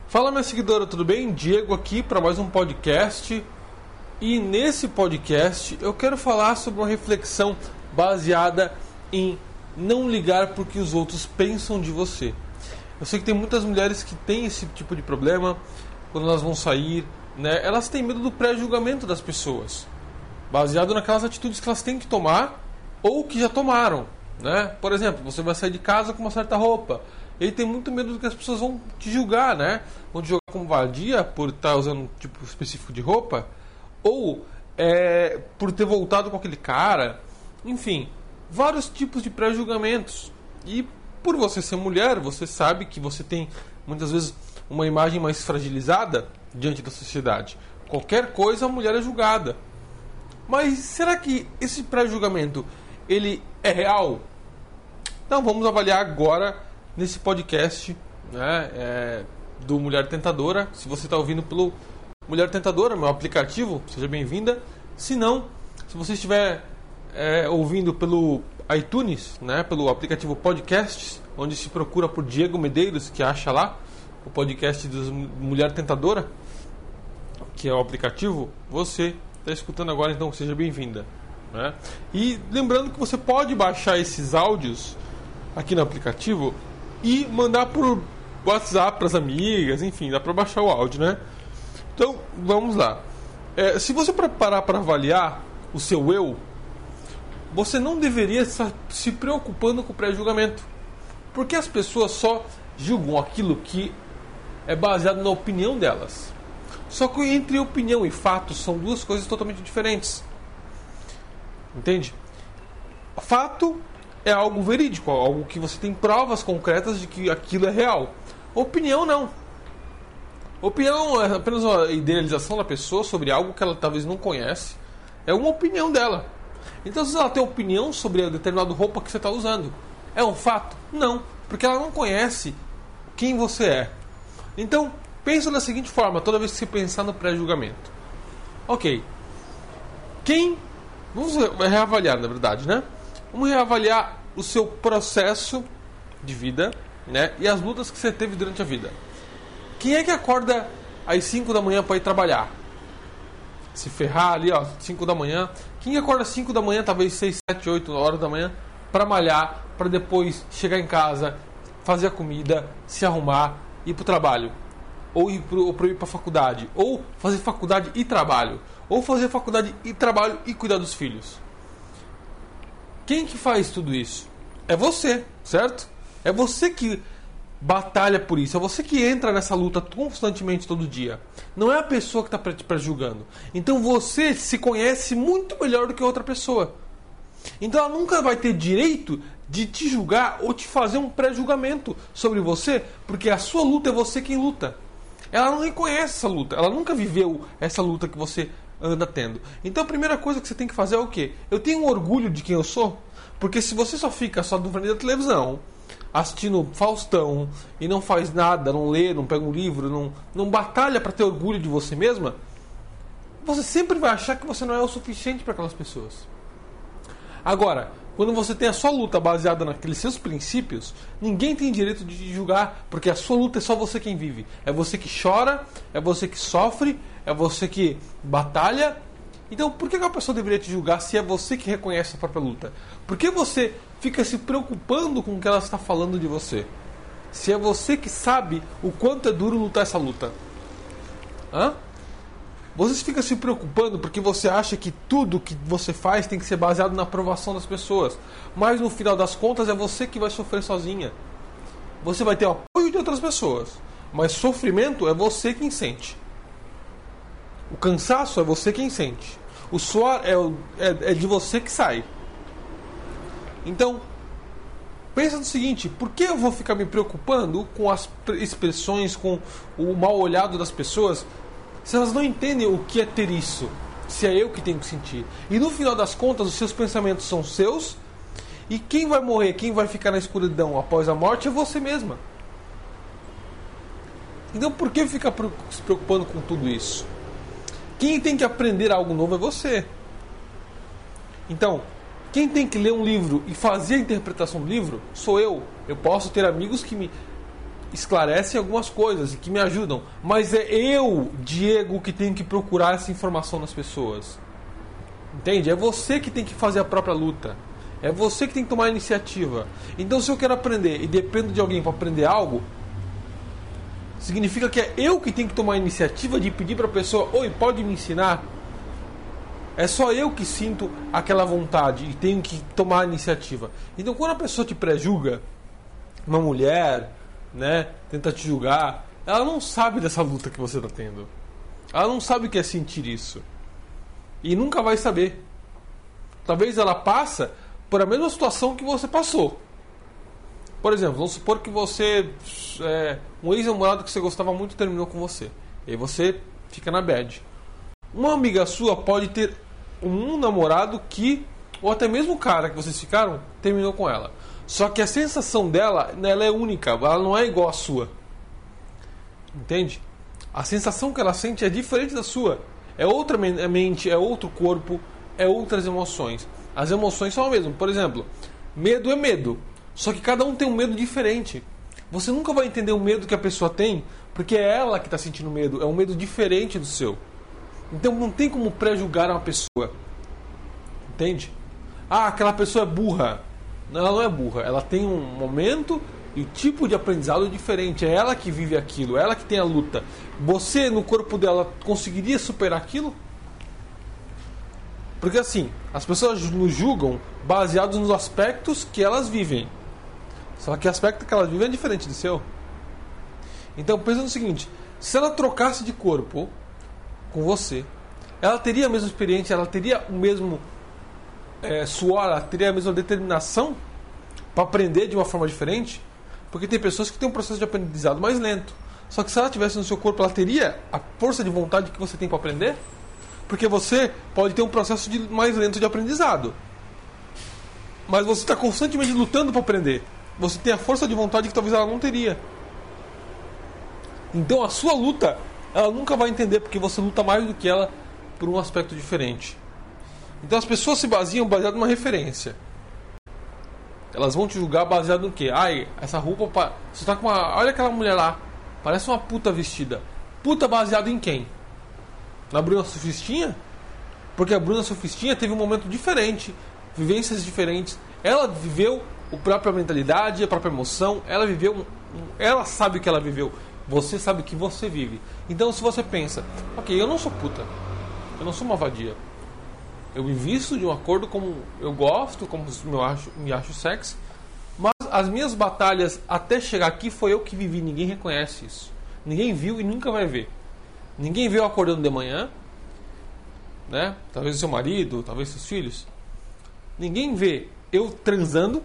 Fala, minha seguidora, tudo bem? Diego aqui para mais um podcast. E nesse podcast eu quero falar sobre uma reflexão baseada em não ligar porque os outros pensam de você. Eu sei que tem muitas mulheres que têm esse tipo de problema quando elas vão sair, né? Elas têm medo do pré-julgamento das pessoas, baseado naquelas atitudes que elas têm que tomar ou que já tomaram, né? Por exemplo, você vai sair de casa com uma certa roupa. Ele tem muito medo do que as pessoas vão te julgar, né? Vão te julgar como vadia por estar usando um tipo específico de roupa, ou por ter voltado com aquele cara. Enfim, vários tipos de pré-julgamentos. E por você ser mulher, você sabe que você tem muitas vezes uma imagem mais fragilizada diante da sociedade. Qualquer coisa a mulher é julgada. Mas será que esse pré-julgamento ele é real? Então vamos avaliar agora nesse podcast, né, do Mulher Tentadora. Se você está ouvindo pelo Mulher Tentadora, meu aplicativo, seja bem-vinda. Se não, se você estiver ouvindo pelo iTunes, né, pelo aplicativo Podcasts, onde se procura por Diego Medeiros, que acha lá o podcast do Mulher Tentadora, que é o aplicativo, você está escutando agora, então seja bem-vinda, né? E lembrando que você pode baixar esses áudios aqui no aplicativo e mandar por WhatsApp para as amigas, enfim, dá para baixar o áudio, né? Então, vamos lá. Se você parar para avaliar o seu eu, você não deveria estar se preocupando com o pré-julgamento, porque as pessoas só julgam aquilo que é baseado na opinião delas. Só que entre opinião e fato são duas coisas totalmente diferentes. Entende? Fato é algo verídico, algo que você tem provas concretas de que aquilo é real. Opinião não. Opinião é apenas uma idealização da pessoa sobre algo que ela talvez não conhece. É uma opinião dela. Então, se ela tem opinião sobre a determinada roupa que você está usando, é um fato? Não, porque ela não conhece quem você é. Então, pensa da seguinte forma, toda vez que você pensar no pré-julgamento. Ok. Vamos reavaliar, na verdade, né? Vamos reavaliar o seu processo de vida, né? E as lutas que você teve durante a vida. Quem é que acorda às 5 da manhã para ir trabalhar? Se ferrar ali, ó, 5 da manhã. Quem acorda às 5 da manhã, talvez 6, 7, 8 horas da manhã, para malhar, para depois chegar em casa, fazer a comida, se arrumar, ir para o trabalho? Ou ir para a faculdade? Ou fazer faculdade e trabalho? Ou fazer faculdade e trabalho e cuidar dos filhos? Quem que faz tudo isso? É você, certo? É você que batalha por isso. É você que entra nessa luta constantemente todo dia. Não é a pessoa que está te pré-julgando. Então você se conhece muito melhor do que outra pessoa. Então ela nunca vai ter direito de te julgar ou te fazer um pré-julgamento sobre você, porque a sua luta é você quem luta. Ela não reconhece essa luta. Ela nunca viveu essa luta que você anda tendo. Então a primeira coisa que você tem que fazer é o quê? Eu tenho orgulho de quem eu sou? Porque se você só fica só no frente da televisão, assistindo Faustão, e não faz nada, não lê, não pega um livro, não batalha para ter orgulho de você mesma, você sempre vai achar que você não é o suficiente para aquelas pessoas. Agora, quando você tem a sua luta baseada naqueles seus princípios, ninguém tem direito de te julgar, porque a sua luta é só você quem vive. É você que chora, é você que sofre, é você que batalha. Então, por que a pessoa deveria te julgar se é você que reconhece a própria luta? Por que você fica se preocupando com o que ela está falando de você? Se é você que sabe o quanto é duro lutar essa luta. Você fica se preocupando porque você acha que tudo que você faz tem que ser baseado na aprovação das pessoas. Mas no final das contas é você que vai sofrer sozinha. Você vai ter o apoio de outras pessoas, mas sofrimento é você quem sente. O cansaço é você quem sente. O suor é de você que sai. Então, pensa no seguinte: por que eu vou ficar me preocupando com as expressões, com o mal olhado das pessoas, se elas não entendem o que é ter isso? Se é eu que tenho que sentir. E no final das contas, os seus pensamentos são seus. E quem vai morrer, quem vai ficar na escuridão após a morte é você mesma. Então por que ficar se preocupando com tudo isso? Quem tem que aprender algo novo é você. Então, quem tem que ler um livro e fazer a interpretação do livro sou eu. Eu posso ter amigos que esclarecem algumas coisas e que me ajudam. Mas é eu, Diego, que tenho que procurar essa informação nas pessoas. Entende? É você que tem que fazer a própria luta. É você que tem que tomar a iniciativa. Então, se eu quero aprender e dependo de alguém para aprender algo, significa que é eu que tenho que tomar a iniciativa de pedir para a pessoa: oi, pode me ensinar? É só eu que sinto aquela vontade e tenho que tomar a iniciativa. Então, quando a pessoa te pré-julga, uma mulher, né, tenta te julgar, ela não sabe dessa luta que você está tendo. Ela não sabe o que é sentir isso. E nunca vai saber. Talvez ela passa por a mesma situação que você passou. Por exemplo, vamos supor que você... um ex-namorado que você gostava muito terminou com você. E aí você fica na bad. Uma amiga sua pode ter um namorado que... ou até mesmo o cara que vocês ficaram, terminou com ela. Só que a sensação dela, ela é única. Ela não é igual à sua. Entende? A sensação que ela sente é diferente da sua. É outra mente, é outro corpo, é outras emoções. As emoções são as mesmas. Por exemplo, medo é medo. Só que cada um tem um medo diferente. Você nunca vai entender o medo que a pessoa tem, porque é ela que está sentindo medo. É um medo diferente do seu. Então não tem como pré-julgar uma pessoa. Entende? Ah, aquela pessoa é burra. Não, ela não é burra. Ela tem um momento e o tipo de aprendizado é diferente. É ela que vive aquilo. É ela que tem a luta. Você, no corpo dela, conseguiria superar aquilo? Porque assim, as pessoas nos julgam baseados nos aspectos que elas vivem. Só que o aspecto que elas vivem é diferente do seu. Então pensa no seguinte: se ela trocasse de corpo com você, ela teria a mesma experiência, ela teria o mesmo suor, ela teria a mesma determinação para aprender de uma forma diferente? Porque tem pessoas que têm um processo de aprendizado mais lento. Só que se ela estivesse no seu corpo, ela teria a força de vontade que você tem para aprender? Porque você pode ter um processo mais lento de aprendizado, mas você está constantemente lutando para aprender. Você tem a força de vontade que talvez ela não teria. Então a sua luta, ela nunca vai entender, porque você luta mais do que ela por um aspecto diferente. Então as pessoas se baseiam baseado numa referência. Elas vão te julgar baseado no quê? Ai, essa roupa... Você tá com uma... Olha aquela mulher lá, parece uma puta vestida. Puta baseado em quem? Na Bruna Surfistinha? Porque a Bruna Surfistinha teve um momento diferente, vivências diferentes. Ela viveu a própria mentalidade, a própria emoção. Ela viveu, ela sabe o que ela viveu. Você sabe o que você vive. Então se você pensa: ok, eu não sou puta, eu não sou uma vadia, eu me visto de um acordo como eu gosto, como me acho sexy, mas as minhas batalhas até chegar aqui foi eu que vivi. Ninguém reconhece isso, ninguém viu e nunca vai ver. Ninguém vê eu acordando de manhã, né? Talvez o seu marido, talvez seus filhos. Ninguém vê eu transando.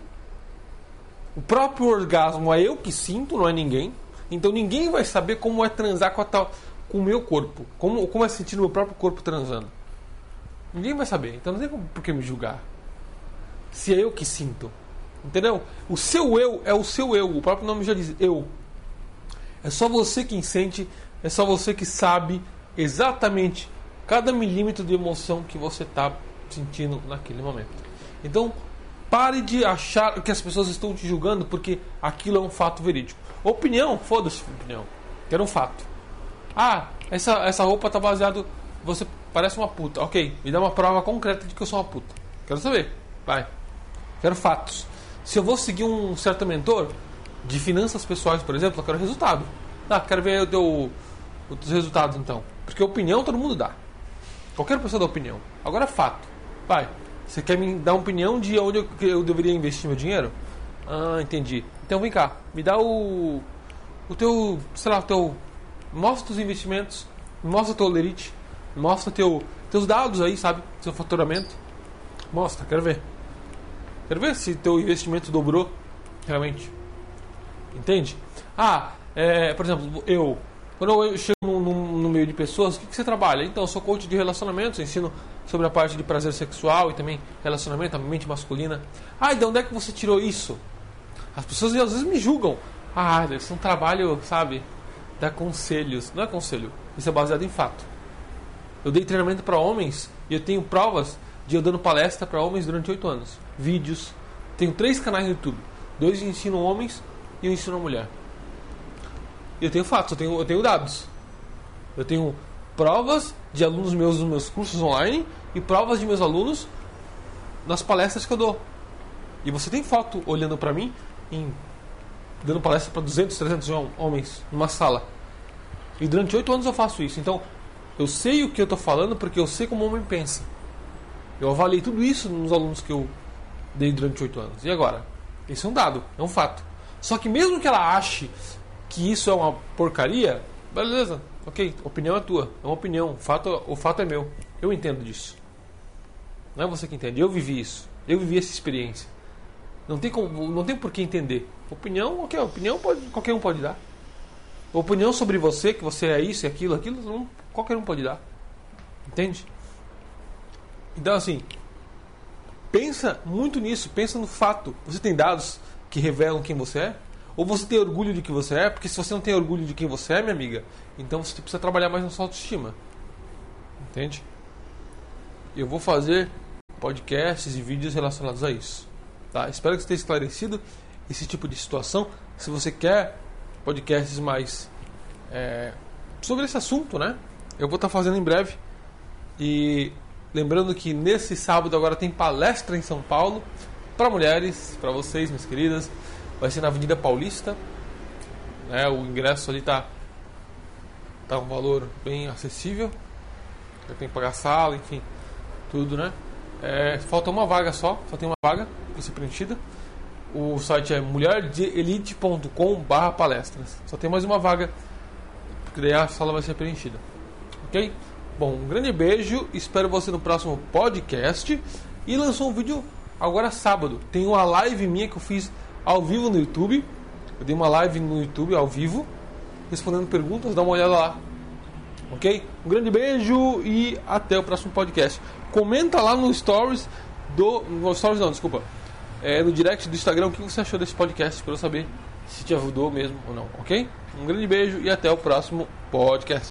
O próprio orgasmo é eu que sinto, não é ninguém. Então ninguém vai saber como é transar com o meu corpo, como é sentir o meu próprio corpo transando. Ninguém vai saber. Então não tem por que me julgar, se é eu que sinto. Entendeu? O seu eu é o seu eu. O próprio nome já diz eu. É só você quem sente. É só você que sabe exatamente cada milímetro de emoção que você está sentindo naquele momento. Então, pare de achar que as pessoas estão te julgando porque aquilo é um fato verídico. Opinião, foda-se opinião. Quero um fato. Ah, essa roupa está baseada... Você parece uma puta. Ok, me dá uma prova concreta de que eu sou uma puta. Quero saber. Vai. Quero fatos. Se eu vou seguir um certo mentor de finanças pessoais, por exemplo, eu quero resultado. Quero ver os resultados então. Porque opinião todo mundo dá. Qualquer pessoa dá opinião. Agora fato. Vai. Você quer me dar uma opinião de onde eu deveria investir meu dinheiro? Ah, entendi. Então vem cá. Me dá o teu... Sei lá, mostra os investimentos. Mostra o teu lerite. Mostra teus dados aí, sabe? Seu faturamento. Mostra, quero ver. Quero ver se teu investimento dobrou realmente. Entende? Por exemplo, quando eu chego no meio de pessoas, o que você trabalha? Então, eu sou coach de relacionamentos, ensino sobre a parte de prazer sexual e também relacionamento, a mente masculina. De onde é que você tirou isso? As pessoas às vezes me julgam. Isso é um trabalho, sabe? Dá conselhos. Não é conselho, isso é baseado em fato. Eu dei treinamento para homens e eu tenho provas de eu dando palestra para homens durante 8 anos. Vídeos. Tenho 3 canais no YouTube. 2 ensinam homens e eu ensino a mulher. E eu tenho fatos, eu tenho dados. Eu tenho provas de alunos meus nos meus cursos online e provas de meus alunos nas palestras que eu dou. E você tem foto olhando pra mim, dando palestra para 200, 300 homens numa sala. E durante 8 anos eu faço isso. Então, eu sei o que eu estou falando porque eu sei como o homem pensa. Eu avaliei tudo isso nos alunos que eu dei durante 8 anos. E agora? Esse é um dado, é um fato. Só que mesmo que ela ache que isso é uma porcaria, beleza, ok, a opinião é tua, é uma opinião, o fato é meu. Eu entendo disso. Não é você que entende, eu vivi isso. Eu vivi essa experiência. Não tem por que entender. Opinião, ok, opinião qualquer um pode dar. Opinião sobre você, que você é isso e aquilo, qualquer um pode dar. Entende? Então assim, pensa muito nisso, pensa no fato. Você tem dados que revelam quem você é? Ou você tem orgulho de quem você é? Porque se você não tem orgulho de quem você é, minha amiga, então você precisa trabalhar mais na sua autoestima. Entende? Eu vou fazer podcasts e vídeos relacionados a isso. Tá? Espero que você tenha esclarecido esse tipo de situação. Se você quer podcasts mais sobre esse assunto, né? Eu vou estar fazendo em breve. E lembrando que nesse sábado agora tem palestra em São Paulo para mulheres, para vocês, minhas queridas. Vai ser na Avenida Paulista, né? O ingresso ali tá um valor bem acessível. Eu tenho que pagar sala, enfim, tudo, né? Falta uma vaga só tem uma vaga para ser preenchida. O site é mulherdelite.com/palestras. Só tem mais uma vaga, porque daí a sala vai ser preenchida. Ok? Bom, um grande beijo. Espero você no próximo podcast. E lançou um vídeo agora sábado. Tem uma live minha que eu fiz ao vivo no YouTube. Eu dei uma live no YouTube ao vivo, respondendo perguntas. Dá uma olhada lá. Ok? Um grande beijo e até o próximo podcast. Comenta lá no stories no stories não, desculpa. No direct do Instagram o que você achou desse podcast, para eu saber se te ajudou mesmo ou não, ok? Um grande beijo e até o próximo podcast.